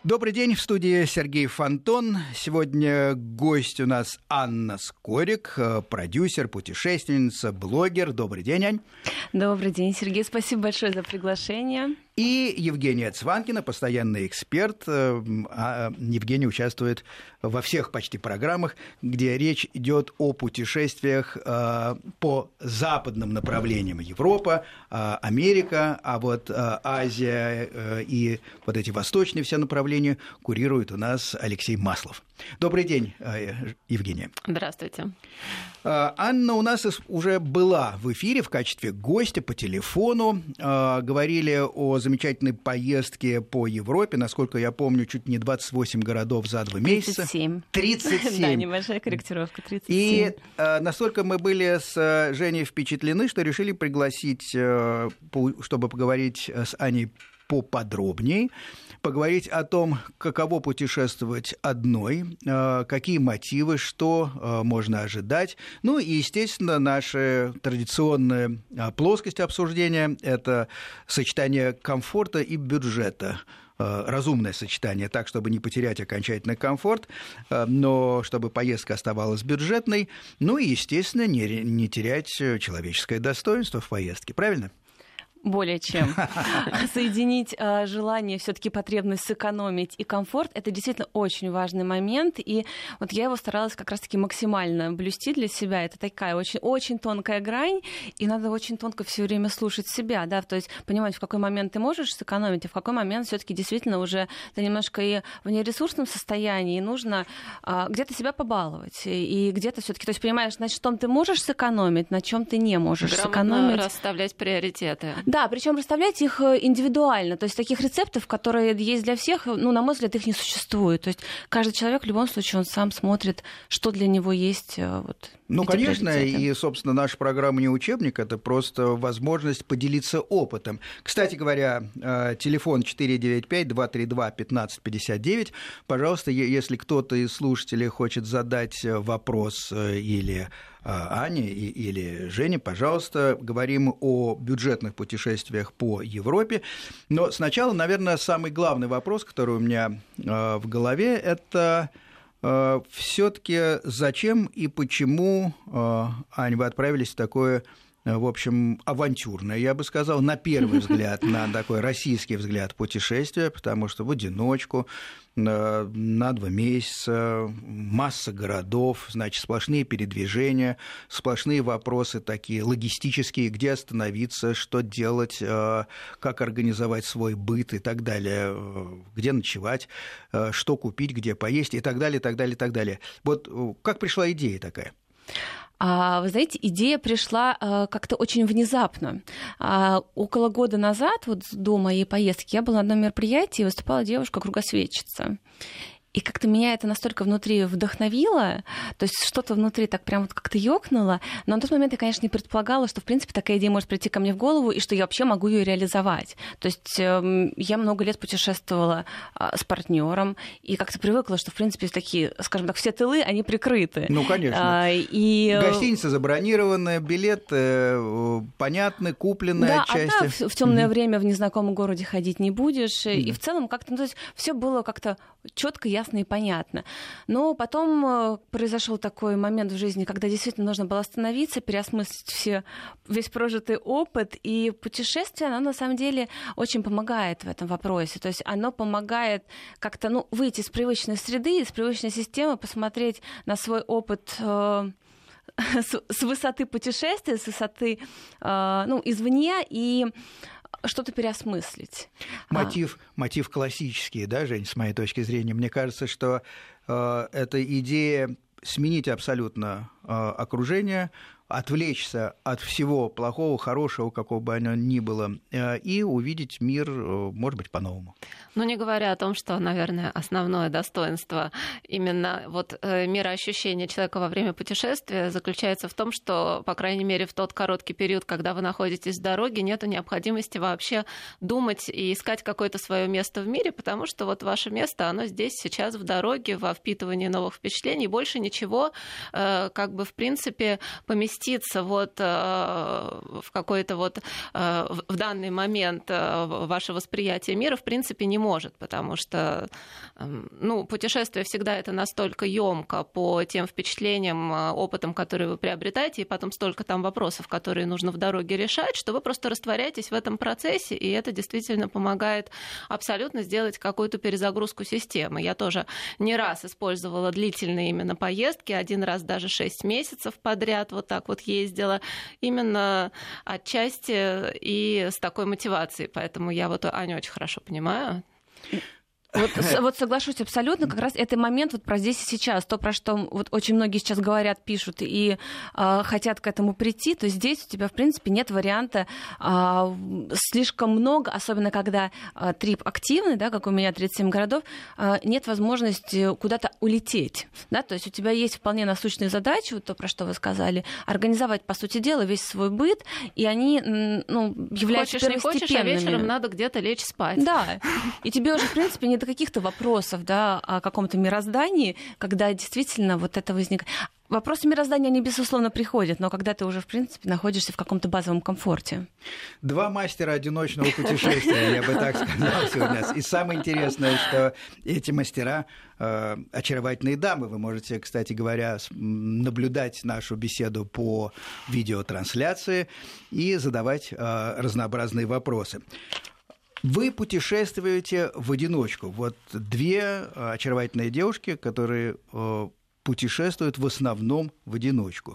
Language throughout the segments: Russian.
Добрый день, в студии Сергей Фонтон. Сегодня гость у нас Анна Скорик, продюсер, путешественница, блогер. Добрый день, Ань. Добрый день, Сергей. Спасибо большое за приглашение. И Евгения Цванкина, постоянный эксперт. Евгения участвует во всех почти программах, где речь идет о путешествиях по западным направлениям. Европа, Америка, а вот Азия и вот эти восточные все направления курирует у нас Алексей Маслов. Добрый день, Евгения. Здравствуйте. Анна у нас уже была в эфире в качестве гостя по телефону. Говорили о замечательной поездке по Европе. Насколько я помню, чуть не 28 городов за 2 месяца. 37. Да, небольшая корректировка, 37. И настолько мы были с Женей впечатлены, что решили пригласить, чтобы поговорить с Аней поподробнее, поговорить о том, каково путешествовать одной, какие мотивы, что можно ожидать. Ну и, естественно, наша традиционная плоскость обсуждения – это сочетание комфорта и бюджета. Разумное сочетание, так, чтобы не потерять окончательно комфорт, но чтобы поездка оставалась бюджетной, ну и, естественно, не терять человеческое достоинство в поездке. Правильно? Более чем. Соединить желание, все-таки потребность сэкономить и комфорт — это действительно очень важный момент. И вот я его старалась как раз-таки максимально блюсти для себя. Это такая очень, очень тонкая грань, и надо очень тонко все время слушать себя, да, то есть понимать, в какой момент ты можешь сэкономить, а в какой момент все-таки действительно уже ты немножко и в нересурсном состоянии, и нужно где-то себя побаловать, и где-то все-таки, то есть понимаешь, на чем ты можешь сэкономить, на чем ты не можешь сэкономить. Расставлять приоритеты. Да, причем расставлять их индивидуально. То есть таких рецептов, которые есть для всех, ну, на мой взгляд, их не существует. То есть каждый человек в любом случае он сам смотрит, что для него есть. Вот, ну, конечно, и, собственно, наша программа не учебник, это просто возможность поделиться опытом. Кстати говоря, телефон 495-232-1559. Пожалуйста, если кто-то из слушателей хочет задать вопрос или Ане или Жене, пожалуйста, говорим о бюджетных путешествиях по Европе. Но сначала, наверное, самый главный вопрос, который у меня в голове, это все-таки зачем и почему, Ань, вы отправились в такое, в общем, авантюрное, я бы сказал, на первый взгляд, на такой российский взгляд путешествие, потому что в одиночку, на 2 месяца, масса городов, значит, сплошные передвижения, сплошные вопросы такие логистические, где остановиться, что делать, как организовать свой быт и так далее, где ночевать, что купить, где поесть и так далее, и так далее, и так далее. Вот как пришла идея такая? Вы знаете, идея пришла как-то очень внезапно. Около года назад, вот до моей поездки, я была на одном мероприятии, выступала девушка-кругосветчица. И как-то меня это настолько внутри вдохновило, то есть что-то внутри так прям вот как-то ёкнуло, но на тот момент я, конечно, не предполагала, что, в принципе, такая идея может прийти ко мне в голову, и что я вообще могу ее реализовать. То есть я много лет путешествовала с партнером и как-то привыкла, что, в принципе, такие, скажем так, все тылы, они прикрыты. Ну, конечно. Гостиница забронированная, билеты понятны, купленные да, отчасти. Да, в темное время в незнакомом городе ходить не будешь. И в целом как-то, ну, то есть все было как-то четко, ясно и понятно. Но потом произошел такой момент в жизни, когда действительно нужно было остановиться, переосмыслить весь прожитый опыт, и путешествие, оно на самом деле очень помогает в этом вопросе. То есть оно помогает как-то выйти из привычной среды, из привычной системы, посмотреть на свой опыт с высоты путешествия, с высоты извне, и что-то переосмыслить. Мотив классический, да, Жень, с моей точки зрения. Мне кажется, что эта идея сменить абсолютно окружение, отвлечься от всего плохого, хорошего, какого бы оно ни было, и увидеть мир, может быть, по-новому. Ну, не говоря о том, что, наверное, основное достоинство именно мироощущения человека во время путешествия заключается в том, что, по крайней мере, в тот короткий период, когда вы находитесь в дороге, нет необходимости вообще думать и искать какое-то свое место в мире, потому что вот ваше место, оно здесь, сейчас, в дороге, во впитывании новых впечатлений, больше ничего, в принципе, поместить вместиться вот в какой-то вот в данный момент ваше восприятие мира, в принципе, не может, потому что путешествие всегда это настолько ёмко по тем впечатлениям, опытам, которые вы приобретаете, и потом столько там вопросов, которые нужно в дороге решать, что вы просто растворяетесь в этом процессе, и это действительно помогает абсолютно сделать какую-то перезагрузку системы. Я тоже не раз использовала длительные именно поездки, один раз даже 6 месяцев подряд вот так вот ездила, именно отчасти и с такой мотивацией. Поэтому я вот Аню очень хорошо понимаю. Вот соглашусь абсолютно, как раз это момент вот про здесь и сейчас, то, про что вот очень многие сейчас говорят, пишут и хотят к этому прийти, то здесь у тебя, в принципе, нет варианта слишком много, особенно когда трип активный, да, как у меня 37 городов, нет возможности куда-то улететь, да, то есть у тебя есть вполне насущные задачи, вот то, про что вы сказали, организовать, по сути дела, весь свой быт, и они, являются первостепенными. Хочешь, не хочешь, а вечером надо где-то лечь спать. Да, и тебе уже, в принципе, не до каких-то вопросов, да, о каком-то мироздании, когда действительно вот это возникает. Вопросы мироздания, они, безусловно, приходят, но когда ты уже, в принципе, находишься в каком-то базовом комфорте. Два мастера одиночного путешествия, я бы так сказал сегодня. И самое интересное, что эти мастера очаровательные дамы. Вы можете, кстати говоря, наблюдать нашу беседу по видеотрансляции и задавать разнообразные вопросы. Вы путешествуете в одиночку. Вот две очаровательные девушки, которые путешествуют в основном в одиночку.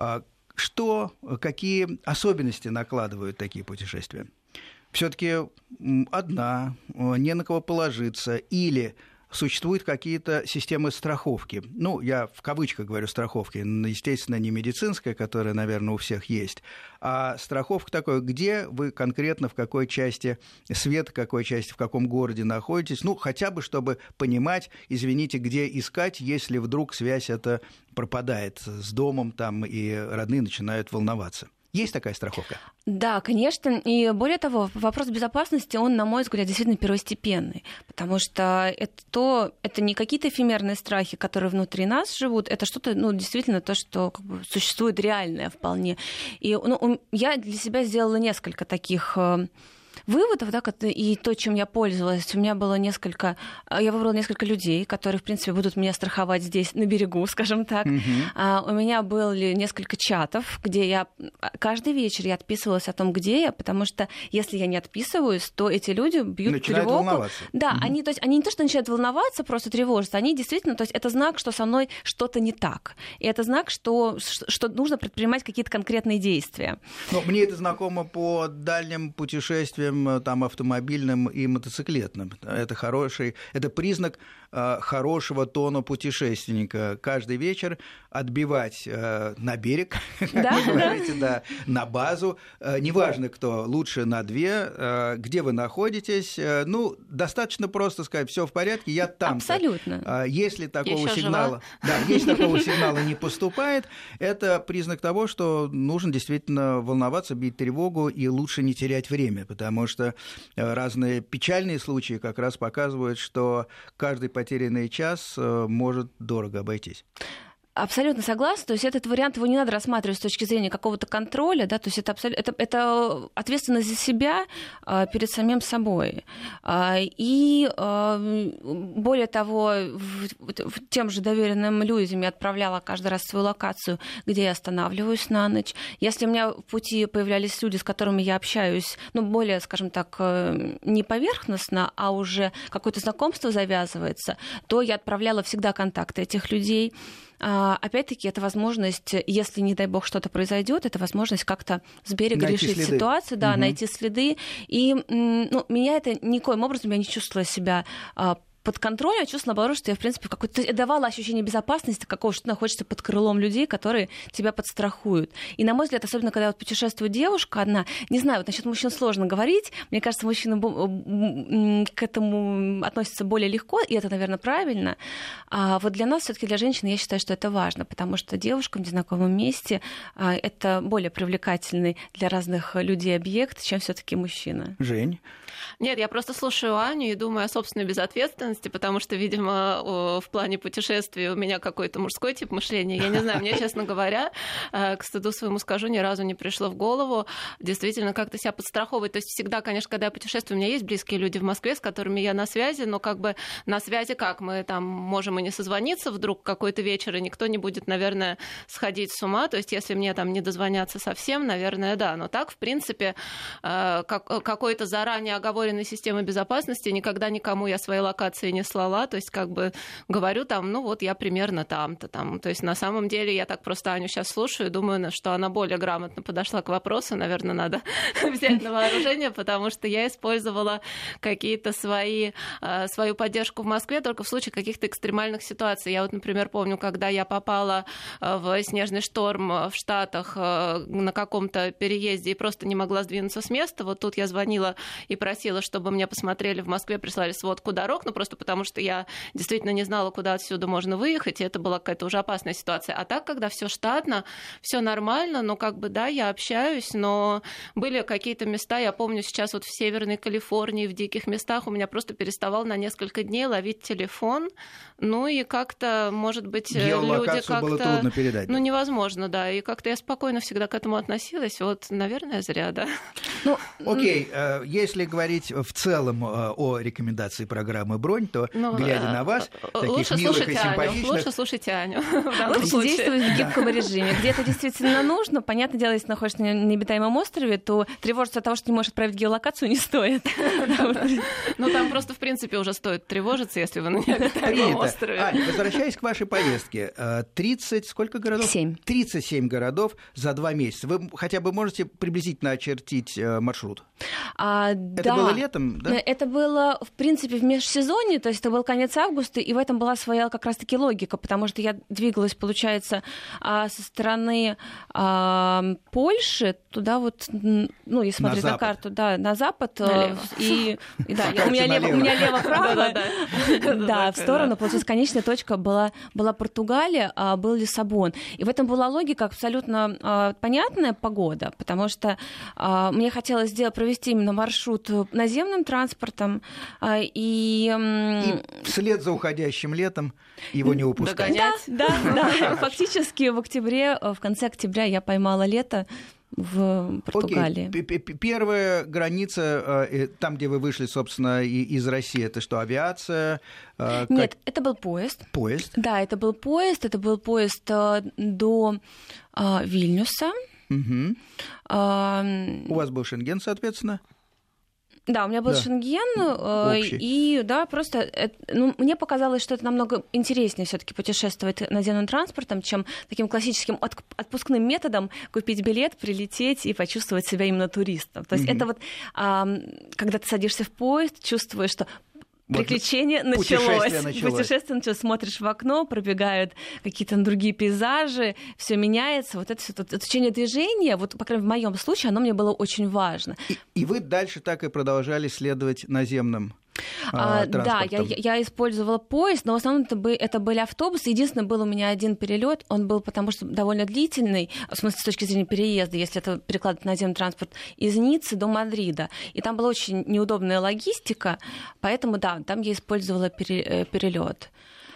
Какие особенности накладывают такие путешествия? Все-таки одна, не на кого положиться, или существуют какие-то системы страховки. Я в кавычках говорю страховки, естественно, не медицинская, которая, наверное, у всех есть, а страховка такой, где вы конкретно, в какой части света, в какой части, в каком городе находитесь, хотя бы, чтобы понимать, извините, где искать, если вдруг связь эта пропадает с домом, там, и родные начинают волноваться. Есть такая страховка? Да, конечно. И более того, вопрос безопасности, он, на мой взгляд, действительно первостепенный. Потому что это не какие-то эфемерные страхи, которые внутри нас живут, это что-то, действительно то, что существует реальное вполне. И я для себя сделала несколько таких выводов, да, и то, чем я пользовалась. Я выбрала несколько людей, которые, в принципе, будут меня страховать здесь, на берегу, скажем так. У меня были несколько чатов, где каждый вечер я отписывалась о том, где я, потому что если я не отписываюсь, то эти люди бьют начинают тревогу. Волноваться. Да, они не то, что начинают волноваться, просто тревожатся, они действительно, то есть это знак, что со мной что-то не так. И это знак, что нужно предпринимать какие-то конкретные действия. Мне это знакомо по дальним путешествиям, там, автомобильным и мотоциклетным. Это признак хорошего тона путешественника. Каждый вечер отбивать на берег, как вы говорите, на базу. Неважно, кто, лучше на 2. Где вы находитесь. Достаточно просто сказать, все в порядке, я там. Абсолютно. Если такого сигнала не поступает, это признак того, что нужно действительно волноваться, бить тревогу и лучше не терять время, потому что разные печальные случаи как раз показывают, что каждый потерянный час может дорого обойтись. Абсолютно согласна. То есть этот вариант его не надо рассматривать с точки зрения какого-то контроля, да, то есть это ответственность за себя перед самим собой. И более того, тем же доверенным людям я отправляла каждый раз свою локацию, где я останавливаюсь на ночь. Если у меня в пути появлялись люди, с которыми я общаюсь, более, скажем так, не поверхностно, а уже какое-то знакомство завязывается, то я отправляла всегда контакты этих людей. Опять-таки, это возможность, если, не дай бог, что-то произойдет, это возможность как-то с берега решить ситуацию, найти следы. И меня это никоим образом, я не чувствовала себя под контролем, я чувствовала, наоборот, что я, в принципе, давала ощущение безопасности, какого, что ты находишься под крылом людей, которые тебя подстрахуют. И, на мой взгляд, особенно когда путешествует девушка одна, не знаю, насчет мужчин сложно говорить, мне кажется, мужчины к этому относятся более легко, и это, наверное, правильно. А вот для нас, все-таки для женщин, я считаю, что это важно, потому что девушка в незнакомом месте это более привлекательный для разных людей объект, чем все-таки мужчина. Жень? Нет, я просто слушаю Аню и думаю о собственной безответственности, потому что, видимо, в плане путешествий у меня какой-то мужской тип мышления. Я не знаю, мне, честно говоря, к стыду своему скажу, ни разу не пришло в голову действительно как-то себя подстраховывать. То есть всегда, конечно, когда я путешествую, у меня есть близкие люди в Москве, с которыми я на связи, но как бы на связи как? Мы там можем и не созвониться вдруг какой-то вечер, и никто не будет, наверное, сходить с ума. То есть если мне там не дозвонятся совсем, наверное, да. Но так, в принципе, какой-то заранее оговоренной системы безопасности никогда никому я своей локации не слала. То есть как бы говорю там, ну вот я примерно там-то там. То есть на самом деле я так просто Аню сейчас слушаю и думаю, что она более грамотно подошла к вопросу. Наверное, надо взять на вооружение, потому что я использовала какие-то свою поддержку в Москве только в случае каких-то экстремальных ситуаций. Я вот, например, помню, когда я попала в снежный шторм в Штатах на каком-то переезде и просто не могла сдвинуться с места. Вот тут я звонила и просила, чтобы мне посмотрели в Москве, прислали сводку дорог, ну просто потому что я действительно не знала, куда отсюда можно выехать, и это была какая-то уже опасная ситуация. А так, когда все штатно, все нормально, ну как бы да, я общаюсь, но были какие-то места, я помню сейчас вот в Северной Калифорнии, в диких местах у меня просто переставал на несколько дней ловить телефон, ну и как-то, может быть, люди как-то... было трудно передать. Ну невозможно, да, и как-то я спокойно всегда к этому относилась, вот, наверное, зря, да. Окей, если говорить в целом о рекомендации программы «Бронь», то, глядя на вас, таких милых и симпатичных... Лучше слушайте Аню. Лучше действовать в гибком режиме. Где это действительно нужно, понятное дело, если находишься на необитаемом острове, то тревожиться от того, что не можешь отправить геолокацию, не стоит. Ну, там просто, в принципе, уже стоит тревожиться, если вы на необитаемом острове. Аня, возвращаясь к вашей поездке, 30, сколько городов? 37 городов за 2 месяца. Вы хотя бы можете приблизительно очертить маршрут? Это было летом, да? Это было, в принципе, в межсезонье, то есть это был конец августа, и в этом была своя как раз-таки логика, потому что я двигалась, получается, со стороны Польши туда вот, ну, если смотреть на карту, да, на запад, и да, у меня лево-право, да, в сторону, получается, конечная точка была Португалия, а был Лиссабон. И в этом была логика абсолютно понятная, погода, потому что мне хотелось провести именно маршрут наземным транспортом, и вслед за уходящим летом его не упускать. Да. Фактически в конце октября я поймала лето в Португалии. Первая граница, там, где вы вышли, собственно, из России, это что, авиация? Нет, это был поезд. Поезд? Да, это был поезд до Вильнюса. Угу. У вас был Шенген, соответственно? Да, у меня был Шенген, и да, просто мне показалось, что это намного интереснее все-таки путешествовать наземным транспортом, чем таким классическим отпускным методом купить билет, прилететь и почувствовать себя именно туристом. То есть это вот, когда ты садишься в поезд, чувствуешь, что приключение началось. Путешествие началось. Смотришь в окно, пробегают какие-то другие пейзажи, все меняется. Вот это все течение движения, вот, по крайней мере, в моем случае, оно мне было очень важно. И вы дальше так и продолжали следовать наземным транспортом? Да, я использовала поезд, но в основном это были автобусы. Единственное, был у меня один перелет, он был потому что довольно длительный, в смысле, с точки зрения переезда, если это перекладывать на наземный транспорт, из Ниццы до Мадрида. И там была очень неудобная логистика, поэтому, да, там я использовала перелет.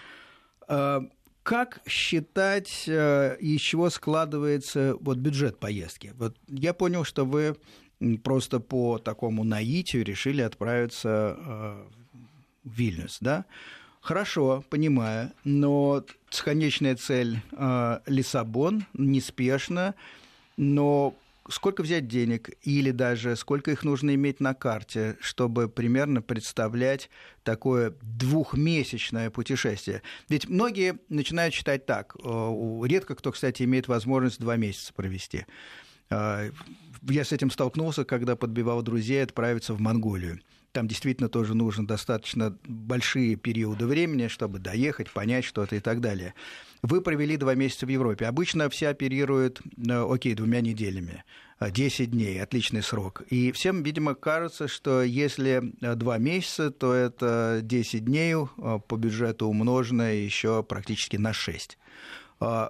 Как считать, из чего складывается бюджет поездки? Я понял, что вы просто по такому наитию решили отправиться в Вильнюс, да? Хорошо, понимаю, но конечная цель Лиссабон, неспешно, но сколько взять денег или даже сколько их нужно иметь на карте, чтобы примерно представлять такое 2-месячное путешествие? Ведь многие начинают считать так, редко кто, кстати, имеет возможность 2 месяца провести. Я с этим столкнулся, когда подбивал друзей отправиться в Монголию. Там действительно тоже нужно достаточно большие периоды времени, чтобы доехать, понять что-то и так далее. Вы провели 2 месяца в Европе. Обычно все оперируют, 2 неделями. 10 дней, отличный срок. И всем, видимо, кажется, что если 2 месяца, то это 10 дней по бюджету умножено еще практически на 6.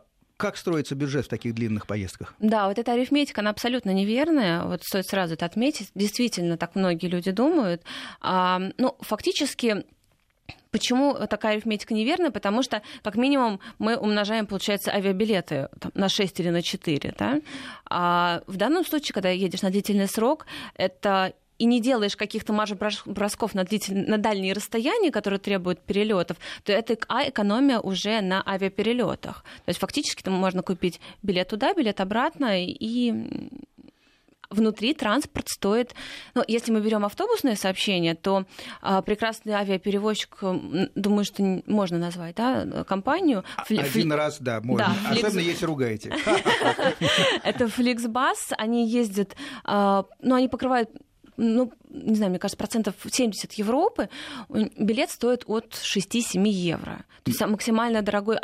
Как строится бюджет в таких длинных поездках? Да, вот эта арифметика, она абсолютно неверная. Вот стоит сразу это отметить. Действительно, так многие люди думают. Фактически, почему такая арифметика неверная? Потому что, как минимум, мы умножаем, получается, авиабилеты на 6 или на 4. Да? А в данном случае, когда едешь на длительный срок, это и не делаешь каких-то марш-бросков на дальние расстояния, которые требуют перелетов, то это экономия уже на авиаперелетах. То есть фактически там можно купить билет туда, билет обратно, и внутри транспорт стоит... Если мы берем автобусное сообщение, то прекрасный авиаперевозчик, думаю, что можно назвать, да, компанию. Один раз, да, можно. Да, особенно если ругаете. Это Flixbus. Они ездят... Они покрывают... не знаю, мне кажется, 70% Европы, билет стоит от 6-7 евро. То есть максимально дорогой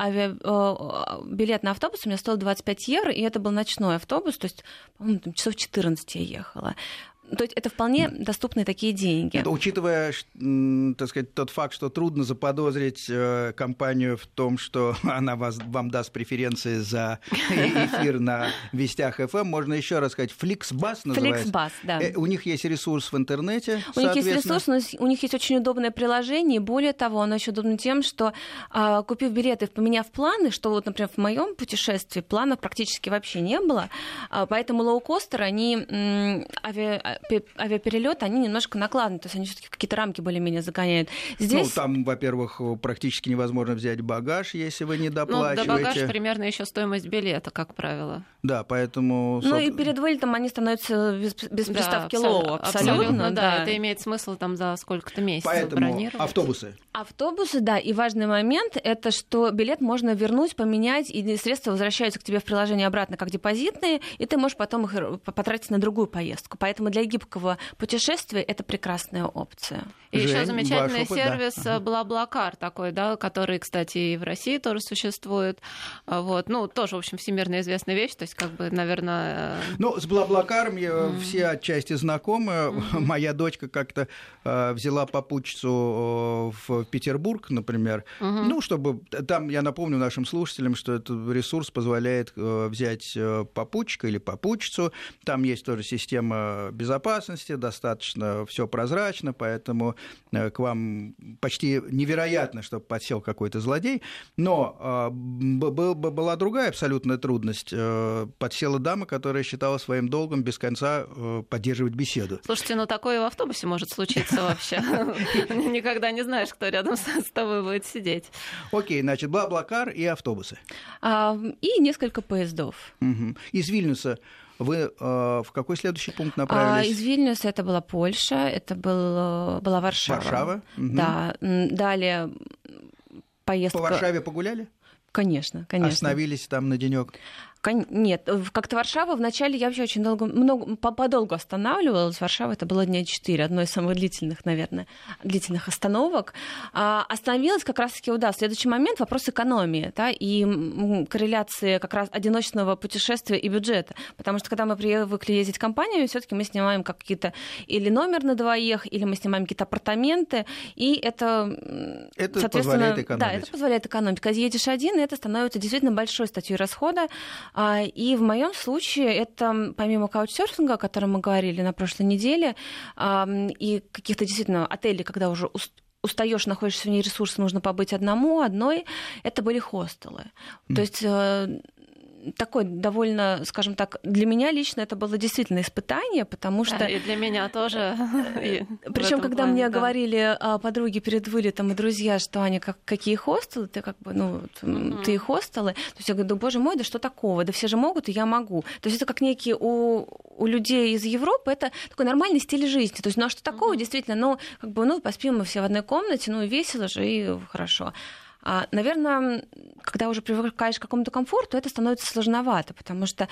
билет на автобус у меня стоил 25 евро, и это был ночной автобус, то есть, по-моему, часов 14 я ехала. То есть это вполне доступные такие деньги. Это, учитывая, так сказать, тот факт, что трудно заподозрить компанию в том, что она вам даст преференции за эфир на Вестях ФМ, можно еще раз сказать, Flixbus называется. Flixbus, да. У них есть ресурс в интернете, у них есть ресурс, но у них есть очень удобное приложение, и более того, оно еще удобно тем, что купив билеты, поменяв планы, что вот, например, в моем путешествии планов практически вообще не было, поэтому лоукостеры, они авиаперелеты, они немножко накладны, то есть они все-таки в какие-то рамки более-менее загоняют. Здесь... там, во-первых, практически невозможно взять багаж, если вы не доплачиваете. Да, багаж примерно еще стоимость билета, как правило. Да, поэтому... и перед вылетом они становятся без приставки лоу, абсолютно. Да, это имеет смысл там за сколько-то месяцев бронировать. Поэтому автобусы, да, и важный момент, это что билет можно вернуть, поменять, и средства возвращаются к тебе в приложение обратно как депозитные, и ты можешь потом их потратить на другую поездку. Поэтому для гибкого путешествия это прекрасная опция. И еще замечательный сервис BlaBlaCar такой, да, который, кстати, и в России тоже существует. Тоже, в общем, всемирно известная вещь, то есть, наверное... с BlaBlaCar все отчасти знакомы. Моя дочка как-то взяла попутчицу в Петербург, например. Чтобы... Там, я напомню нашим слушателям, что этот ресурс позволяет взять попутчика или попутчицу. Там есть тоже система безопасности, достаточно все прозрачно, поэтому к вам почти невероятно, чтобы подсел какой-то злодей. Но была другая абсолютная трудность. Подсела дама, которая считала своим долгом без конца поддерживать беседу. Слушайте, такое в автобусе может случиться вообще. Никогда не знаешь, кто рядом с тобой будет сидеть. Окей, значит, BlaBlaCar и автобусы. И несколько поездов. Из Вильнюса вы в какой следующий пункт направились? Из Вильнюса это была Польша, это была Варшава. Варшава? Да. Далее поездка... По Варшаве погуляли? Конечно. Остановились там на денёк? Нет, как-то Варшава вначале я вообще очень подолгу останавливалась. Варшава это было дня 4, одно из самых длительных, наверное, остановок. Остановилась как раз-таки, в следующий момент вопрос экономии, да, и корреляции как раз одиночного путешествия и бюджета. Потому что когда мы привыкли ездить компаниями, все-таки мы снимаем какие-то или номер на двоих, или мы снимаем какие-то апартаменты, и это позволяет экономить. Да, это позволяет экономить. Когда едешь один, это становится действительно большой статьей расхода. И в моем случае это, помимо каучсерфинга, о котором мы говорили на прошлой неделе, и каких-то действительно отелей, когда уже устаешь, находишься вне ресурса, нужно побыть одной, это были хостелы. То есть такой довольно, скажем так, для меня лично это было действительно испытание, потому что... И для меня тоже. Причем, когда мне говорили подруги перед вылетом и друзья, что они какие хостелы, ты ты хостелы, то есть я говорю, да боже мой, да что такого, да все же могут, и я могу. То есть это как некий у людей из Европы, это такой нормальный стиль жизни. То есть, а что такого, действительно, поспим мы все в одной комнате, весело же и хорошо. Наверное, когда уже привыкаешь к какому-то комфорту, это становится сложновато, потому что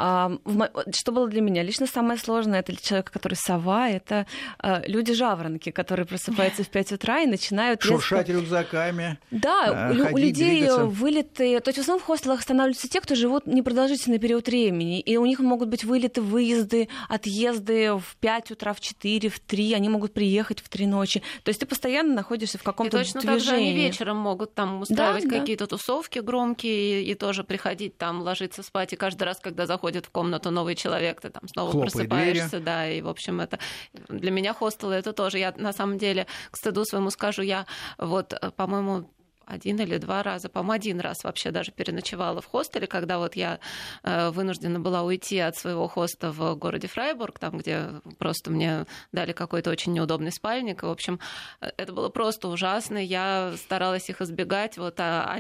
что было для меня лично самое сложное, это для человека, который сова, это люди-жаворонки, которые просыпаются в 5 утра и начинают... Шуршать рюкзаками. Да, у людей двигаться. Вылеты... То есть в основном в хостелах останавливаются те, кто живут непродолжительный период времени, и у них могут быть вылеты, выезды, отъезды в 5 утра, в 4, в 3, они могут приехать в 3 ночи. То есть ты постоянно находишься в каком-то движении. И точно так же они вечером могут там устраивать какие-то тусовки громкие и тоже приходить там, ложиться спать, и каждый раз, когда заходит в комнату новый человек, ты там снова просыпаешься, двери. Да, и, в общем, это для меня хостелы это тоже, я на самом деле, к стыду своему скажу, я вот, по-моему, 1 или 2 раза, по-моему, 1 раз вообще даже переночевала в хостеле, когда вот я вынуждена была уйти от своего хоста в городе Фрайбург, там, где просто мне дали какой-то очень неудобный спальник. В общем, это было просто ужасно. Я старалась их избегать. Вот,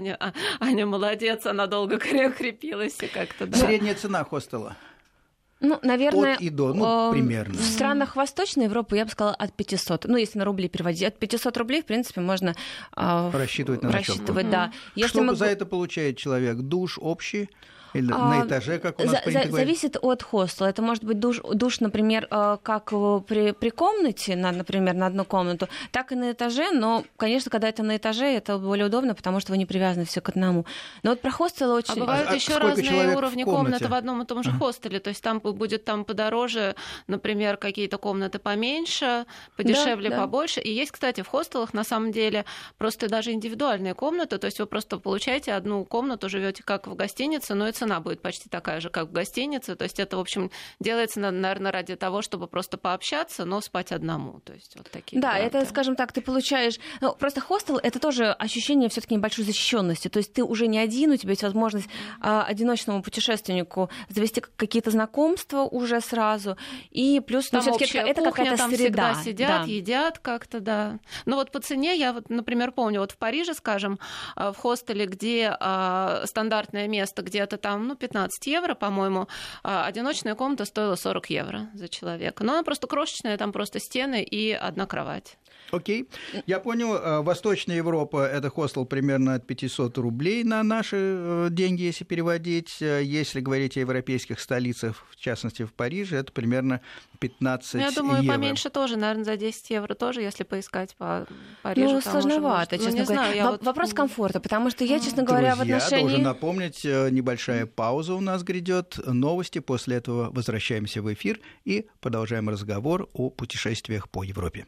Аня молодец, она долго крепилась и как-то... Да. Средняя цена хостела? Ну, наверное, от и до, примерно. В странах Восточной Европы, я бы сказала, от 500. Ну, если на рубли переводить. От 500 рублей, в принципе, можно рассчитывать на ночевку. Да. Что за это получает человек? Душ общий? Или на этаже, как у нас принято говорить? Зависит от хостела. Это может быть душ, например, как при комнате, например, на одну комнату, так и на этаже. Но, конечно, когда это на этаже, это более удобно, потому что вы не привязаны все к одному. Но вот про хостелы очень... А бывают еще разные уровни комнаты в одном и том же хостеле. То есть там будет подороже, например, какие-то комнаты поменьше, подешевле, побольше. И есть, кстати, в хостелах на самом деле просто даже индивидуальные комнаты. То есть вы просто получаете одну комнату, живете как в гостинице, но и цена будет почти такая же, как в гостинице. То есть это, в общем, делается, наверное, ради того, чтобы просто пообщаться, но спать одному. То есть вот такие. Да, это, скажем так, ты получаешь... Ну, просто хостел — это тоже ощущение все-таки небольшой защищенности. То есть ты уже не один, у тебя есть возможность одиночному путешественнику завести какие-то знакомства уже сразу. И плюс, там все-таки это какая-то там среда. Всегда сидят, едят как-то, да. Но вот по цене я, вот, например, помню, вот в Париже, скажем, в хостеле, где стандартное место где-то там 15 евро, по-моему, одиночная комната стоила 40 евро за человека. Но она просто крошечная, там просто стены и одна кровать. Окей. Я понял, Восточная Европа – это хостел примерно от 500 рублей на наши деньги, если переводить. Если говорить о европейских столицах, в частности, в Париже, это примерно 15 евро. Я думаю, поменьше тоже, наверное, за 10 евро тоже, если поискать по Парижу. Ну, сложновато, честно говоря. Вопрос комфорта, потому что я, честно говоря, Друзья, в отношении... должен напомнить, небольшая пауза у нас грядет, новости, после этого возвращаемся в эфир и продолжаем разговор о путешествиях по Европе.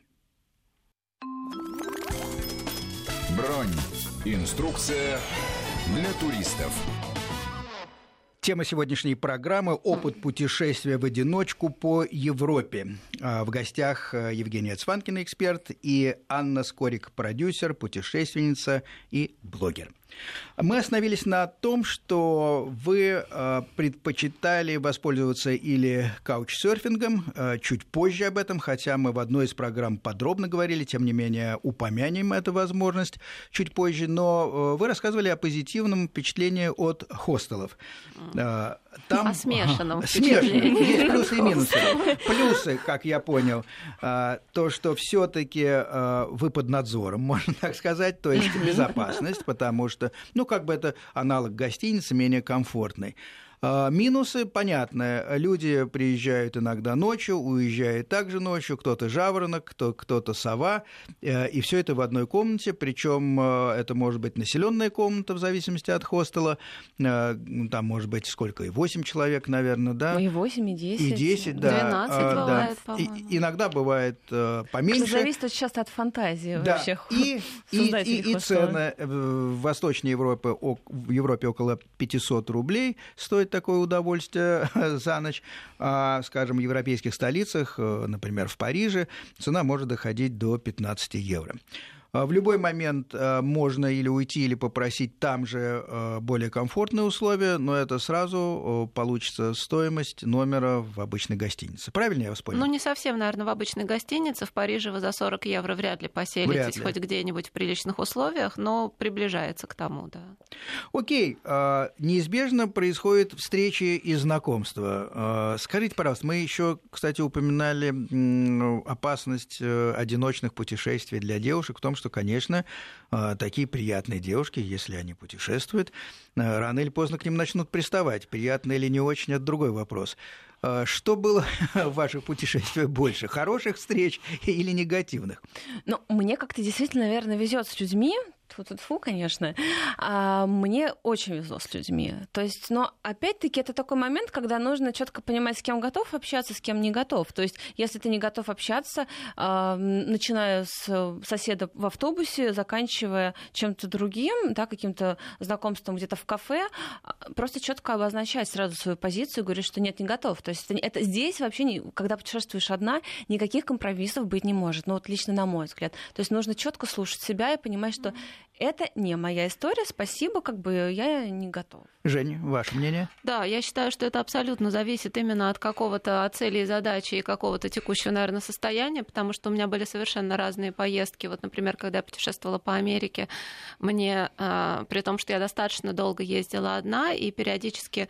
Бронь. Инструкция для туристов. Тема сегодняшней программы – опыт путешествия в одиночку по Европе. В гостях Евгения Цванкина, эксперт, и Анна Скорик, продюсер, путешественница и блогер. Мы остановились на том, что вы предпочитали воспользоваться или каучсерфингом, чуть позже об этом, хотя мы в одной из программ подробно говорили, тем не менее упомянем эту возможность чуть позже, но вы рассказывали о позитивном впечатлении от хостелов. Там... О смешанном впечатлении. Есть плюсы и минусы. Плюсы, как я понял, то, что все-таки вы под надзором, можно так сказать, то есть безопасность, потому что, как бы это аналог гостиницы, менее комфортный. Минусы, понятно, люди приезжают иногда ночью, уезжают также ночью, кто-то жаворонок, кто-то сова, и все это в одной комнате, причем это может быть населенная комната в зависимости от хостела, там может быть сколько, и 8 человек, наверное, да? И 8, и 10. И 10, да. 12 бывает, по-моему. Иногда бывает поменьше. Это зависит часто от фантазии вообще. И цены в Восточной Европе, в Европе около 500 рублей стоит такое удовольствие за ночь. Скажем, в европейских столицах, например, в Париже, цена может доходить до 15 евро. В любой момент можно или уйти, или попросить там же более комфортные условия, но это сразу получится стоимость номера в обычной гостинице. Правильно я вас понял? Не совсем, наверное, в обычной гостинице. В Париже вы за 40 евро вряд ли поселитесь хоть где-нибудь в приличных условиях, но приближается к тому, да. Окей. Неизбежно происходят встречи и знакомства. Скажите, пожалуйста, мы еще, кстати, упоминали опасность одиночных путешествий для девушек в том, что, конечно, такие приятные девушки, если они путешествуют, рано или поздно к ним начнут приставать. Приятно или не очень – это другой вопрос. Что было в ваших путешествиях больше, хороших встреч или негативных? Мне как-то действительно, наверное, везет с людьми, Тьфу-тьфу-тьфу, конечно, мне очень везло с людьми. То есть, но опять-таки это такой момент, когда нужно четко понимать, с кем готов общаться, с кем не готов. То есть, если ты не готов общаться, начиная с соседа в автобусе, заканчивая чем-то другим, да, каким-то знакомством где-то в кафе, просто четко обозначать сразу свою позицию, говорить, что нет, не готов. То есть, это здесь вообще, когда путешествуешь одна, никаких компромиссов быть не может. Ну, вот лично на мой взгляд. То есть, нужно четко слушать себя и понимать, что это не моя история, спасибо, как бы я не готова. Женя, ваше мнение? Да, я считаю, что это абсолютно зависит именно от какого-то цели и задачи и какого-то текущего, наверное, состояния, потому что у меня были совершенно разные поездки. Вот, например, когда я путешествовала по Америке, мне, при том, что я достаточно долго ездила одна, и периодически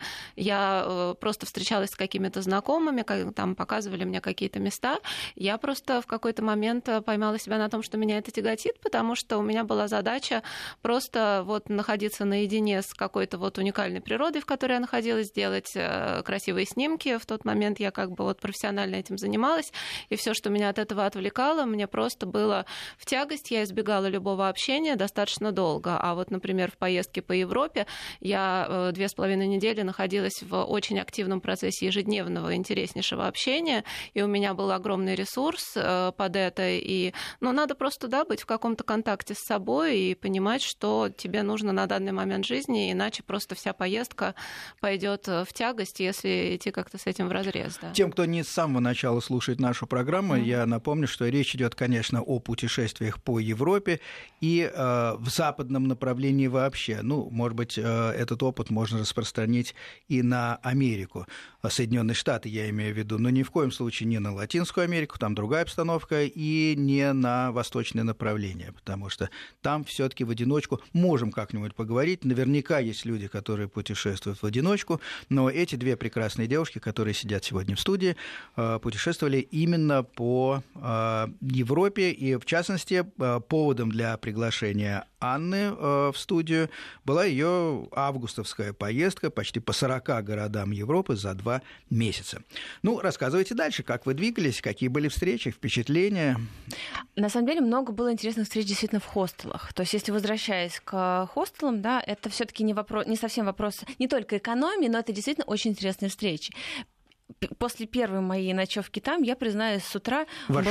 я просто встречалась с какими-то знакомыми, там показывали мне какие-то места, я просто в какой-то момент поймала себя на том, что меня это тяготит, потому что у меня была задача просто вот находиться наедине с какой-то вот уникальной природой, в которой я находилась, делать красивые снимки. В тот момент я как бы вот профессионально этим занималась, и все, что меня от этого отвлекало, мне просто было в тягость. Я избегала любого общения достаточно долго. А вот, например, в поездке по Европе я 2,5 недели находилась в очень активном процессе ежедневного интереснейшего общения, и у меня был огромный ресурс под это. И, надо просто, быть в каком-то контакте с собой и понимать, что тебе нужно на данный момент жизни, иначе просто вся поездка пойдет в тягость, если идти как-то с этим вразрез. Да. Тем, кто не с самого начала слушает нашу программу, я напомню, что речь идет, конечно, о путешествиях по Европе и в западном направлении вообще. Может быть, этот опыт можно распространить и на Америку, Соединенные Штаты, я имею в виду, но ни в коем случае не на Латинскую Америку, там другая обстановка, и не на восточное направление, потому что там все-таки в одиночку можем как-нибудь поговорить. Наверняка есть люди, которые путешествуют в одиночку, но эти две прекрасные девушки, которые сидят сегодня в студии, путешествовали именно по Европе, и в частности поводом для приглашения Анны в студию была ее августовская поездка почти по 40 городам Европы за 2 месяца. Рассказывайте дальше, как вы двигались, какие были встречи, впечатления. На самом деле много было интересных встреч действительно в хостелах. То есть, если возвращаясь к хостелам, это все-таки не совсем вопрос не только экономии, но это действительно очень интересные встречи. После первой моей ночевки там, я признаюсь, с утра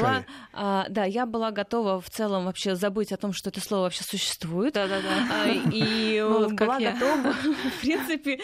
я была готова в целом вообще забыть о том, что это слово вообще существует. Да-да-да. И была готова, в принципе,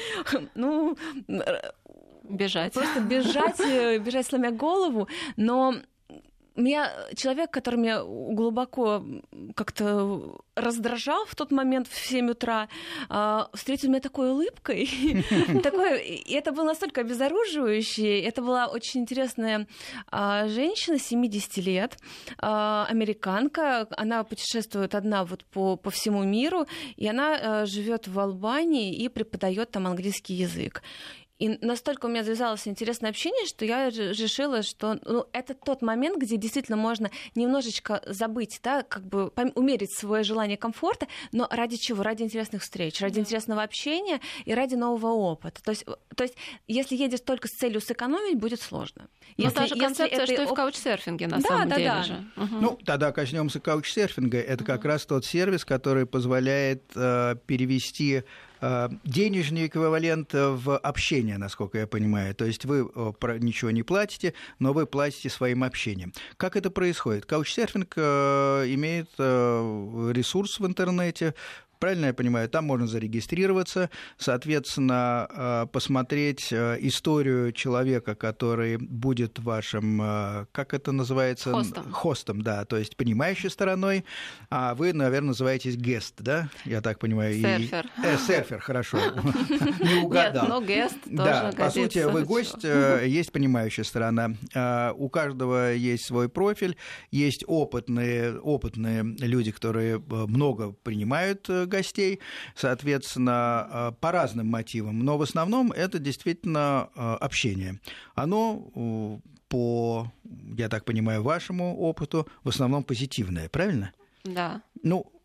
бежать. Просто бежать, сломя голову, но меня человек, который меня глубоко как-то раздражал в тот момент в 7 утра, встретил меня такой улыбкой. И это было настолько обезоруживающе. Это была очень интересная женщина, 70 лет, американка. Она путешествует одна по всему миру, и она живет в Албании и преподает там английский язык. И настолько у меня завязалось интересное общение, что я решила, что это тот момент, где действительно можно немножечко забыть, умерить свое желание комфорта, но ради чего? Ради интересных встреч, ради интересного общения и ради нового опыта. То есть если едешь только с целью сэкономить, будет сложно. Даже концепция, что и в каучсерфинге на самом деле же. Тогда коснемся каучсерфинга. Это как раз тот сервис, который позволяет перевести денежный эквивалент в общение, насколько я понимаю. То есть вы ничего не платите, но вы платите своим общением. Как это происходит? Каучсерфинг имеет ресурс в интернете, правильно я понимаю, там можно зарегистрироваться, соответственно, посмотреть историю человека, который будет вашим, как это называется? Хостом, да, то есть принимающей стороной, а вы, наверное, называетесь guest, да, я так понимаю? Серфер. Серфер, хорошо, не угадал. Нет, но guest тоже годится. По сути, вы гость, есть принимающая сторона, у каждого есть свой профиль, есть опытные люди, которые много принимают гостей, соответственно, по разным мотивам, но в основном это действительно общение. Оно, я так понимаю, вашему опыту в основном позитивное, правильно? Да.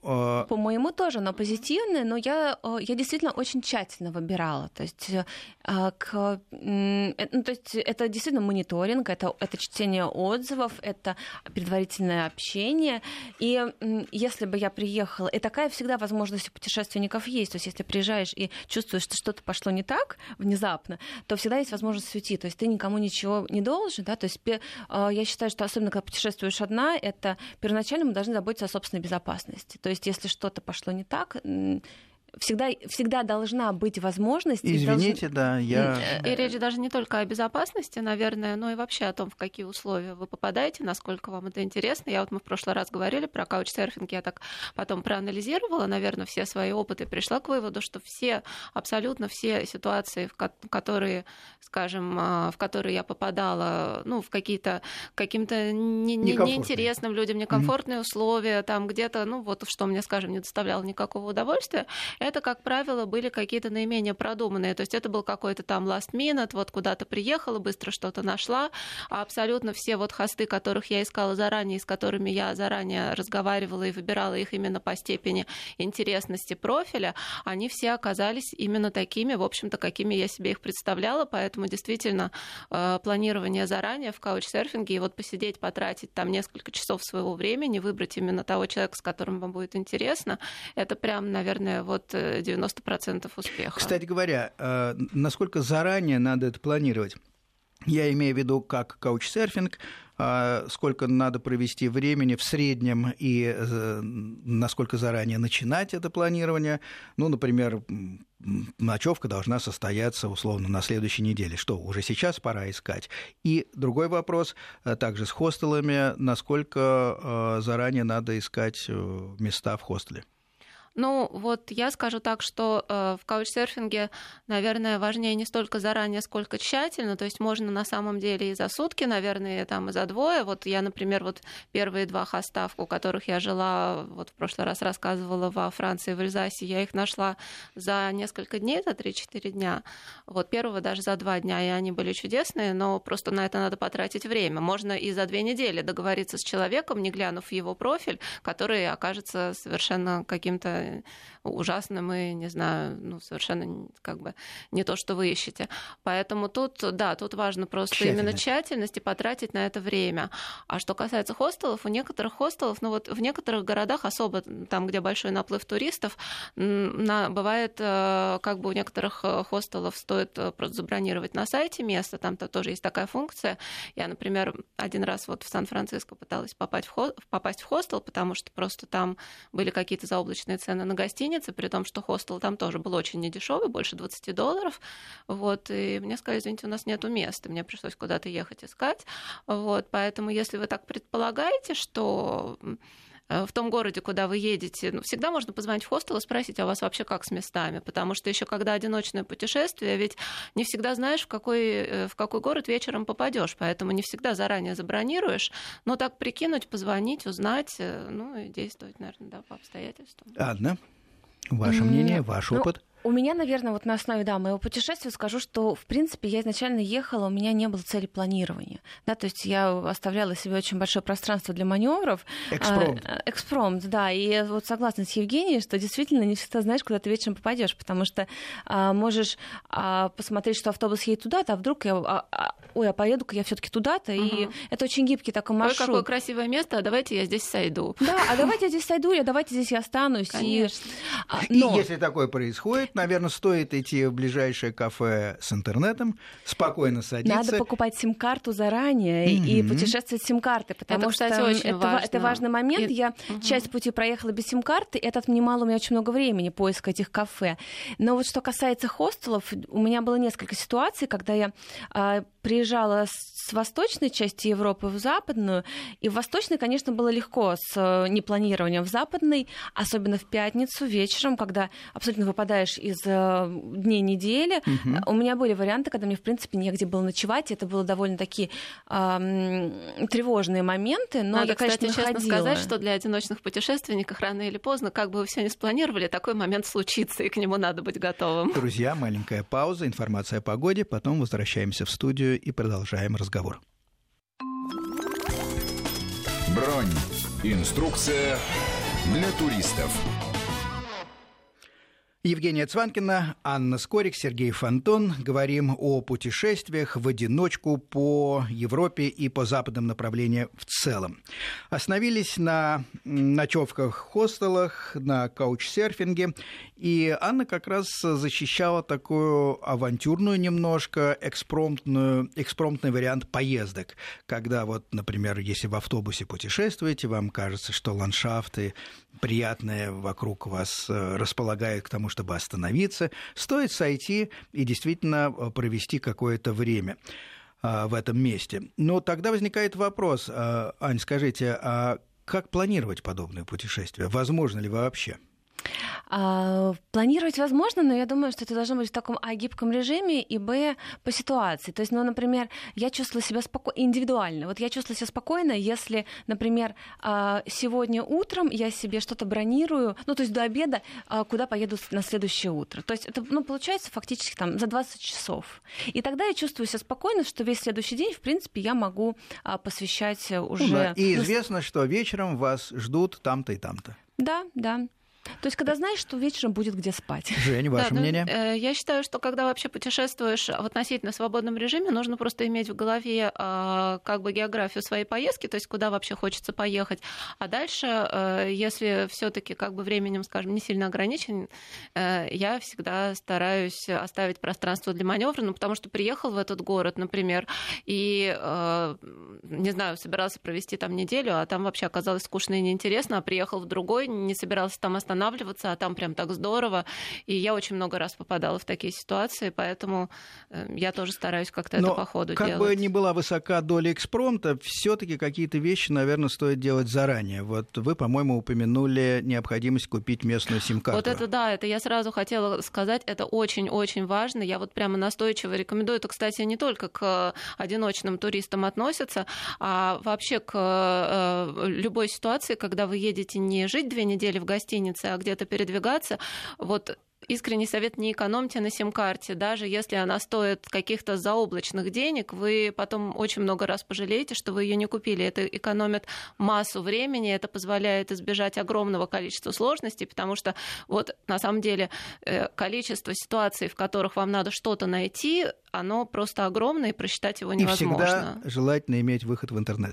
По-моему, тоже, но позитивное, но я действительно очень тщательно выбирала. То есть, то есть это действительно мониторинг, это чтение отзывов, это предварительное общение. И если бы я приехала, и такая всегда возможность у путешественников есть, то есть если приезжаешь и чувствуешь, что что-то пошло не так внезапно, то всегда есть возможность уйти. То есть ты никому ничего не должен. Да? То есть я считаю, что особенно когда путешествуешь одна, это первоначально мы должны заботиться о собственной безопасности. То есть если что-то пошло не так, всегда должна быть возможность... Извините, да, я... И речь даже не только о безопасности, наверное, но и вообще о том, в какие условия вы попадаете, насколько вам это интересно. Мы в прошлый раз говорили про каучсерфинг, я так потом проанализировала, наверное, все свои опыты, пришла к выводу, что абсолютно все ситуации, в которые, скажем, в которые я попадала, в каким-то неинтересным людям, некомфортные условия, там где-то, что мне, скажем, не доставляло никакого удовольствия, это, как правило, были какие-то наименее продуманные. То есть это был какой-то там last minute, куда-то приехала, быстро что-то нашла. А абсолютно все хосты, которых я искала заранее, с которыми я заранее разговаривала и выбирала их именно по степени интересности профиля, они все оказались именно такими, в общем-то, какими я себе их представляла. Поэтому действительно планирование заранее в каучсерфинге и посидеть, потратить там несколько часов своего времени, выбрать именно того человека, с которым вам будет интересно, это прям, наверное, 90% успеха. Кстати говоря, насколько заранее надо это планировать? Я имею в виду как каучсерфинг, сколько надо провести времени в среднем и насколько заранее начинать это планирование. Например, ночевка должна состояться условно на следующей неделе. Что, уже сейчас пора искать? И другой вопрос, также с хостелами, насколько заранее надо искать места в хостеле? Я скажу так, что в каучсерфинге, наверное, важнее не столько заранее, сколько тщательно. То есть можно на самом деле и за сутки, наверное, и за двое. Я, например, первые 2 хоста, у которых я жила, в прошлый раз рассказывала во Франции, в Эльзасе, я их нашла за несколько дней, за 3-4 дня. Первого даже за 2 дня, и они были чудесные, но просто на это надо потратить время. Можно и за 2 недели договориться с человеком, не глянув в его профиль, который окажется совершенно каким-то ужасным и, не знаю, совершенно не то, что вы ищете. Поэтому тут важно просто именно тщательность и потратить на это время. А что касается хостелов, у некоторых хостелов, в некоторых городах, особо там, где большой наплыв туристов, бывает, у некоторых хостелов стоит просто забронировать на сайте место, там-то тоже есть такая функция. Я, например, один раз в Сан-Франциско пыталась попасть в хостел, потому что просто там были какие-то заоблачные цены на гостинице, при том, что хостел там тоже был очень недешевый, больше $20. И мне сказали, извините, у нас нету места, мне пришлось куда-то ехать искать. Поэтому, если вы так предполагаете, что в том городе, куда вы едете, всегда можно позвонить в хостел и спросить, а у вас вообще как с местами? Потому что еще когда одиночное путешествие, ведь не всегда знаешь, в какой город вечером попадешь, поэтому не всегда заранее забронируешь, но так прикинуть, позвонить, узнать, и действовать, наверное, по обстоятельствам. Анна, ваше мнение, ваш опыт? У меня, наверное, на основе моего путешествия скажу, что, в принципе, я изначально ехала, у меня не было цели планирования. Да, то есть я оставляла себе очень большое пространство для маневров. Экспромт, да. И согласна с Евгенией, что действительно не всегда знаешь, куда ты вечером попадешь, потому что можешь посмотреть, что автобус едет туда-то, а вдруг поеду-ка я все-таки туда-то. И это очень гибкий такой маршрут. Ой, какое красивое место, а давайте я здесь сойду. Да, а давайте я здесь сойду, давайте здесь я останусь. Конечно. И если такое происходит, наверное, стоит идти в ближайшее кафе с интернетом, спокойно садиться. Надо покупать сим-карту заранее и путешествовать с сим-картой, потому что это важный момент. Я часть пути проехала без сим-карты, это отнимало у меня очень много времени, поиска этих кафе. Но что касается хостелов, у меня было несколько ситуаций, когда я приезжала с восточной части Европы в западную, и в восточной, конечно, было легко с непланированием. В западной, особенно в пятницу вечером, когда абсолютно выпадаешь из дней недели, у меня были варианты, когда мне, в принципе, негде было ночевать, это было довольно такие тревожные моменты, но надо, я, конечно, кстати, честно сказать, что для одиночных путешественников рано или поздно, как бы вы все не спланировали, такой момент случится, и к нему надо быть готовым. Друзья, маленькая пауза, информация о погоде, потом возвращаемся в студию и продолжаем разговор. Бронь. Инструкция для туристов. Евгения Цванкина, Анна Скорик, Сергей Фонтон. Говорим о путешествиях в одиночку по Европе и по западным направлениям в целом. Остановились на ночевках в хостелах, на каучсерфинге. И Анна как раз защищала такую авантюрную немножко, экспромтный вариант поездок. Когда вот, например, если в автобусе путешествуете, вам кажется, что ландшафты приятные вокруг вас располагают к тому, чтобы остановиться, стоит сойти и действительно провести какое-то время в этом месте. Но тогда возникает вопрос, Ань, скажите, а как планировать подобное путешествие? Возможно ли вообще? Планировать возможно, но я думаю, что это должно быть в таком гибком режиме и по ситуации. То есть, например, я чувствовала себя индивидуально. Вот я чувствовала себя спокойно, если, например, сегодня утром я себе что-то бронирую, то есть до обеда, куда поеду на следующее утро. То есть это, получается фактически за 20 часов. И тогда я чувствую себя спокойно, что весь следующий день, в принципе, я могу посвящать уже... Да, и известно, что вечером вас ждут там-то и там-то. Да. То есть, когда знаешь, что вечером будет где спать. Жень, ваше мнение? Я считаю, что когда вообще путешествуешь в относительно свободном режиме, нужно просто иметь в голове географию своей поездки, то есть куда вообще хочется поехать. А дальше, если все-таки временем, скажем, не сильно ограничен, я всегда стараюсь оставить пространство для маневра, потому что приехал в этот город, например, и, не знаю, собирался провести там неделю, а там вообще оказалось скучно и неинтересно, а приехал в другой, не собирался там останавливаться, а там прям так здорово. И я очень много раз попадала в такие ситуации, поэтому я тоже стараюсь как-то это по ходу делать. Как бы ни была высока доля экспромта, все-таки какие-то вещи, наверное, стоит делать заранее. Вот вы, по-моему, упомянули необходимость купить местную сим-карту. Вот это я сразу хотела сказать, это очень-очень важно. Я вот прямо настойчиво рекомендую. Это, кстати, не только к одиночным туристам относится, а вообще к любой ситуации, когда вы едете не жить 2 недели в гостинице, а где-то передвигаться. Вот искренний совет: не экономьте на сим-карте. Даже если она стоит каких-то заоблачных денег, вы потом очень много раз пожалеете, что вы ее не купили. Это экономит массу времени, это позволяет избежать огромного количества сложностей, потому что вот на самом деле количество ситуаций, в которых вам надо что-то найти, оно просто огромное, и просчитать его невозможно. И всегда желательно иметь выход в интернет.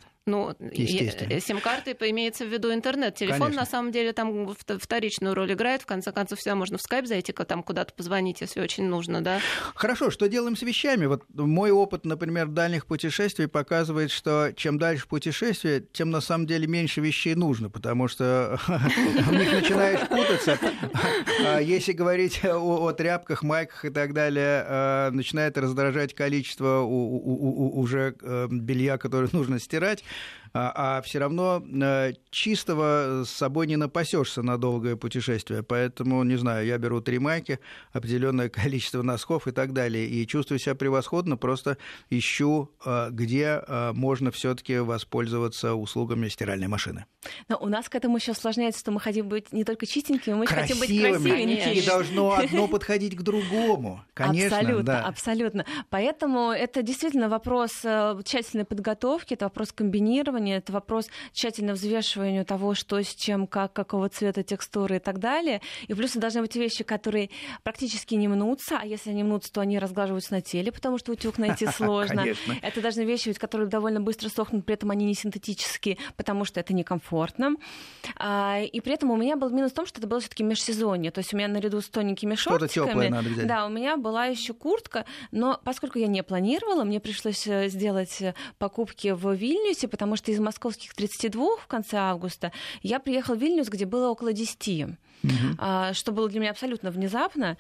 Сим-карты имеется в виду интернет. Телефон, конечно, на самом деле там вторичную роль играет. В конце концов, всегда можно в скайп зайти, там куда-то позвонить, если очень нужно, да. Хорошо, что делаем с вещами? Вот мой опыт, например, дальних путешествий показывает, что чем дальше путешествие, тем на самом деле меньше вещей нужно, потому что в них начинаешь путаться. Если говорить о тряпках, майках и так далее, начинает раздражать количество уже белья, которое нужно стирать, а все равно чистого с собой не напасешься на долгое путешествие. Поэтому, не знаю, я беру 3 майки, определенное количество носков и так далее, и чувствую себя превосходно, просто ищу, где можно все-таки воспользоваться услугами стиральной машины. Но у нас к этому еще осложняется, что мы хотим быть не только чистенькими, мы хотим быть красивенькими. И должно одно подходить к другому. Конечно, абсолютно. Поэтому это действительно вопрос тщательной подготовки, это вопрос комбинирования, это вопрос тщательного взвешивания того, что с чем, какого цвета, текстуры и так далее. И плюс должны быть вещи, которые практически не мнутся, а если они мнутся, то они разглаживаются на теле, потому что утюг найти сложно. Конечно. Это должны вещи, которые довольно быстро сохнут, при этом они не синтетические, потому что это некомфортно. И при этом у меня был минус в том, что это было все-таки межсезонье. То есть у меня наряду с тоненькими шортиками... Что-то тёплое надо взять. Да, у меня была еще куртка, но поскольку я не планировала, мне пришлось сделать покупки в Вильнюсе, потому что из московских 32 в конце августа я приехала в Вильнюс, где было около 10, что было для меня абсолютно внезапно.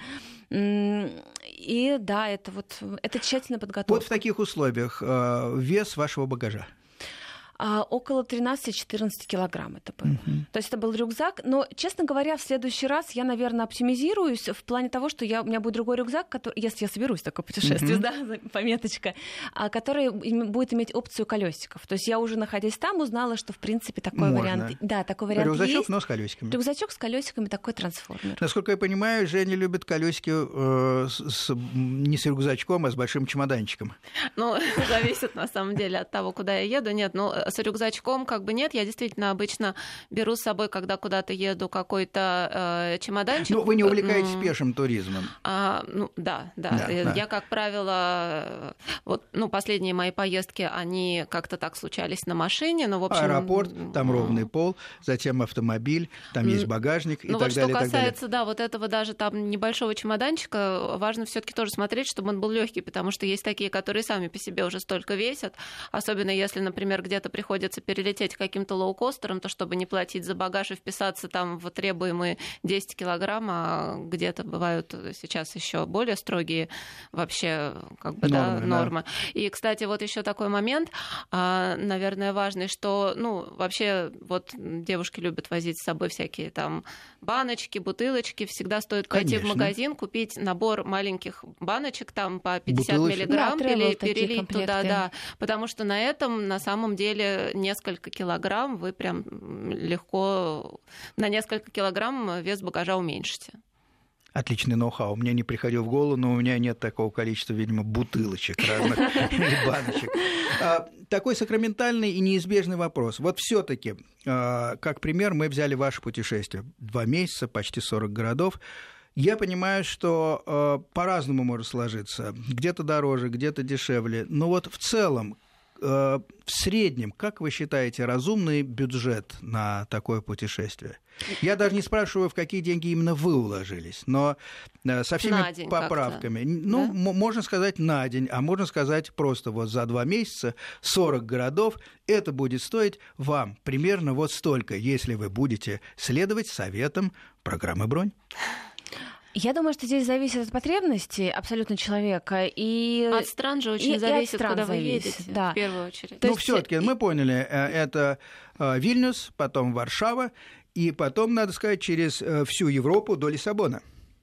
И да, это тщательная подготовка. Вот в таких условиях вес вашего багажа? Около 13-14 килограмм это было. То есть это был рюкзак. Но, честно говоря, в следующий раз я, наверное, оптимизируюсь в плане того, что у меня будет другой рюкзак, который, если я соберусь в такое путешествие, да, пометочка, который будет иметь опцию колесиков. То есть я уже, находясь там, узнала, что, в принципе, такой вариант... Да, такой вариант есть. Рюкзачок, но с колесиками. Рюкзачок с колесиками, такой трансформер. Насколько я понимаю, Женя любит колесики не с рюкзачком, а с большим чемоданчиком. Зависит, на самом деле, от того, куда я еду. Нет, с рюкзачком как бы нет. Я действительно обычно беру с собой, когда куда-то еду, какой-то чемоданчик. Но вы не увлекаетесь пешим туризмом? Да. Я, как правило, последние мои поездки, они как-то так случались на машине. Но, в общем, аэропорт, там ровный пол, затем автомобиль, там есть багажник и так далее. Что касается, вот этого даже там небольшого чемоданчика, важно все-таки тоже смотреть, чтобы он был легкий, потому что есть такие, которые сами по себе уже столько весят, особенно если, например, где-то приходится перелететь каким-то лоукостером, то чтобы не платить за багаж и вписаться там в требуемые 10 килограмм, а где-то бывают сейчас еще более строгие вообще нормы. И, кстати, вот еще такой момент, наверное, важный, что, вообще вот девушки любят возить с собой всякие там баночки, бутылочки, всегда стоит пойти в магазин, купить набор маленьких баночек, там по 50 миллиграмм, перелить туда, да, потому что на этом на самом деле несколько килограмм вы прям легко, на несколько килограмм вес багажа уменьшите. Отличный ноу-хау. Мне не приходил в голову, но у меня нет такого количества, видимо, бутылочек разных или баночек. Такой сакраментальный и неизбежный вопрос. Вот все-таки, как пример, мы взяли ваше путешествие. 2 месяца, почти 40 городов. Я понимаю, что по-разному может сложиться. Где-то дороже, где-то дешевле. Но вот в целом, в среднем, как вы считаете, разумный бюджет на такое путешествие? Я даже не спрашиваю, в какие деньги именно вы уложились, но со всеми поправками. Да? Можно сказать на день, а можно сказать просто вот за 2 месяца 40 городов. Это будет стоить вам примерно вот столько, если вы будете следовать советам программы «Бронь». Я думаю, что здесь зависит от потребностей абсолютно человека. И от стран же очень зависит, куда вы едете, в первую очередь. Все-таки мы поняли, это Вильнюс, потом Варшава, и потом, надо сказать, через всю Европу до Лиссабона.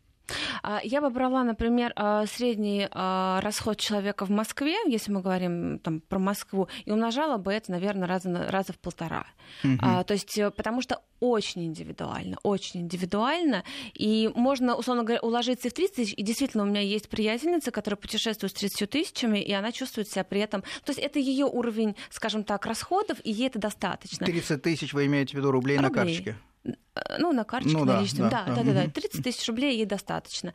Я бы брала, например, средний расход человека в Москве, если мы говорим там, про Москву, и умножала бы это, наверное, раза в 1,5. То есть, потому что очень индивидуально, и можно, условно говоря, уложиться и в 30 тысяч, и действительно у меня есть приятельница, которая путешествует с 30 тысячами, и она чувствует себя при этом... То есть это ее уровень, скажем так, расходов, и ей это достаточно. 30 тысяч, вы имеете в виду рублей на карточке? На карточке наличным. Да. 30 тысяч рублей ей достаточно.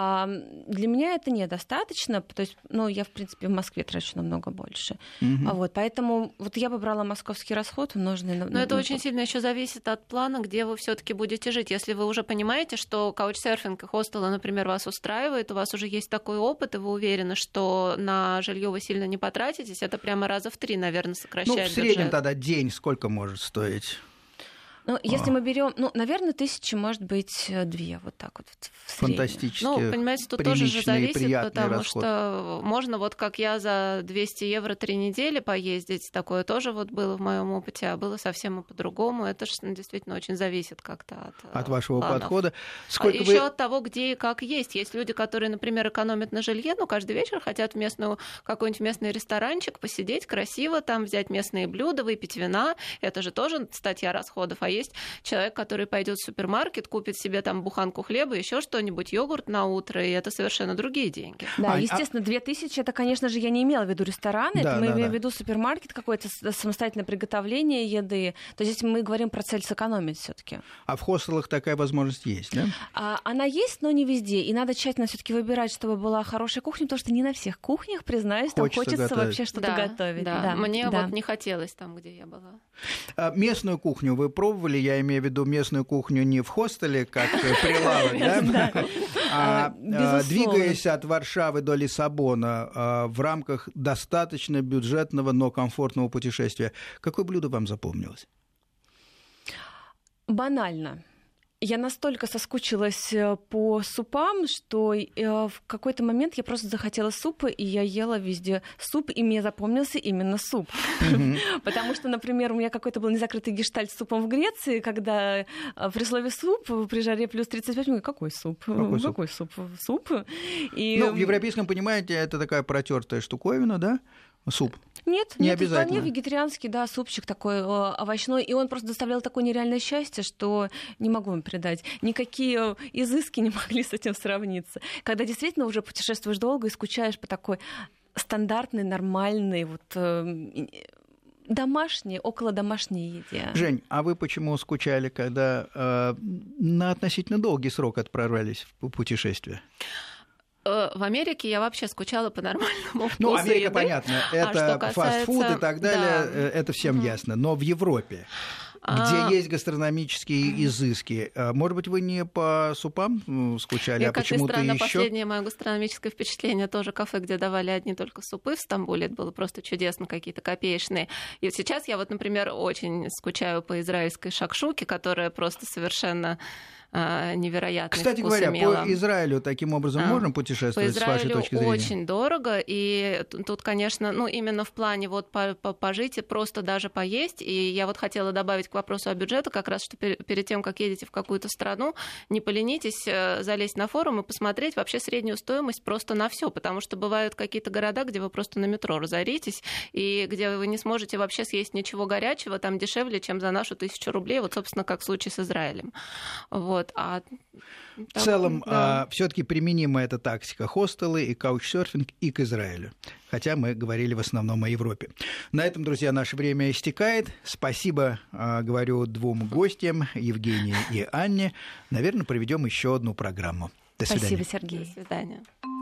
Для меня это недостаточно, то есть, я, в принципе, в Москве трачу намного больше. Поэтому вот я бы брала московский расход, умноженный на... Но это очень сильно еще зависит от плана, где вы все-таки будете жить. Если вы уже понимаете, что каучсерфинг и хостелы, например, вас устраивает, у вас уже есть такой опыт, и вы уверены, что на жилье вы сильно не потратитесь, это прямо раза в 3, наверное, сокращает в среднем бюджет. Тогда день сколько может стоить? Если мы берем, наверное, 1000, может быть, 2, вот так вот в среднем. Фантастически. Понимаете, тут тоже же зависит, потому расход. Что можно, вот как я за 200 евро 3 недели поездить, такое тоже вот было в моем опыте, а было совсем и по-другому. Это же действительно очень зависит как-то от вашего планов. Подхода. Еще от того, где и как есть. Есть люди, которые, например, экономят на жилье, каждый вечер хотят в какой-нибудь местный ресторанчик посидеть красиво, там взять местные блюда, выпить вина. Это же тоже статья расходов. А есть человек, который пойдет в супермаркет, купит себе там буханку хлеба, еще что-нибудь, йогурт на утро, и это совершенно другие деньги. Да, естественно, 2000, это, конечно же, я не имела в виду рестораны, это мы имеем в виду супермаркет, какое-то самостоятельное приготовление еды. То есть мы говорим про цель сэкономить все-таки. А в хостелах такая возможность есть, да? Она есть, но не везде. И надо тщательно все-таки выбирать, чтобы была хорошая кухня, потому что не на всех кухнях, признаюсь, там хочется вообще что-то готовить. Да. Мне вот не хотелось там, где я была. Местную кухню вы пробовали? Я имею в виду местную кухню не в хостеле, как прилавок, да? А двигаясь от Варшавы до Лиссабона в рамках достаточно бюджетного, но комфортного путешествия, какое блюдо вам запомнилось? Банально. Я настолько соскучилась по супам, что в какой-то момент я просто захотела супа, и я ела везде суп, и мне запомнился именно суп. Потому что, например, у меня какой-то был незакрытый гештальт с супом в Греции, когда при слове «суп» при жаре плюс 35, я говорю, какой суп? Какой суп? Суп? В европейском понимании это такая протертая штуковина, да? Суп? Нет, не обязательно. Вполне вегетарианский, да, супчик такой овощной, и он просто доставлял такое нереальное счастье, что не могу вам передать. Никакие изыски не могли с этим сравниться. Когда действительно уже путешествуешь долго и скучаешь по такой стандартной, нормальной, домашней, около домашней еде. Жень, а вы почему скучали, когда на относительно долгий срок отправлялись в путешествие? В Америке я вообще скучала по нормальному вкусу Ну, Америка, еды. понятно, это фастфуд и так далее, это всем ясно. Но в Европе, где есть гастрономические изыски, может быть, вы не по супам скучали, а почему-то странно, еще? последнее мое гастрономическое впечатление тоже кафе, где давали одни только супы в Стамбуле. Это было просто чудесно, какие-то копеечные. И сейчас я вот, например, очень скучаю по израильской шакшуке, которая просто совершенно невероятный Кстати вкус говоря, имела. по Израилю таким образом можно путешествовать, по с вашей точки зрения? очень дорого, и тут, конечно, ну, именно в плане вот пожить и просто даже поесть. И я вот хотела добавить к вопросу о бюджете, как раз, что перед тем, как едете в какую-то страну, не поленитесь залезть на форум и посмотреть вообще среднюю стоимость просто на все, потому что бывают какие-то города, где вы просто на метро разоритесь, и где вы не сможете вообще съесть ничего горячего, там дешевле, чем за нашу 1000 рублей, вот, собственно, как в случае с Израилем. Вот. В целом, все-таки применима эта тактика хостелы и каучсерфинг и к Израилю. Хотя мы говорили в основном о Европе. На этом, друзья, наше время истекает. Спасибо, говорю, двум гостям, Евгении и Анне. Наверное, проведем еще одну программу. До свидания. Спасибо, Сергей. До свидания.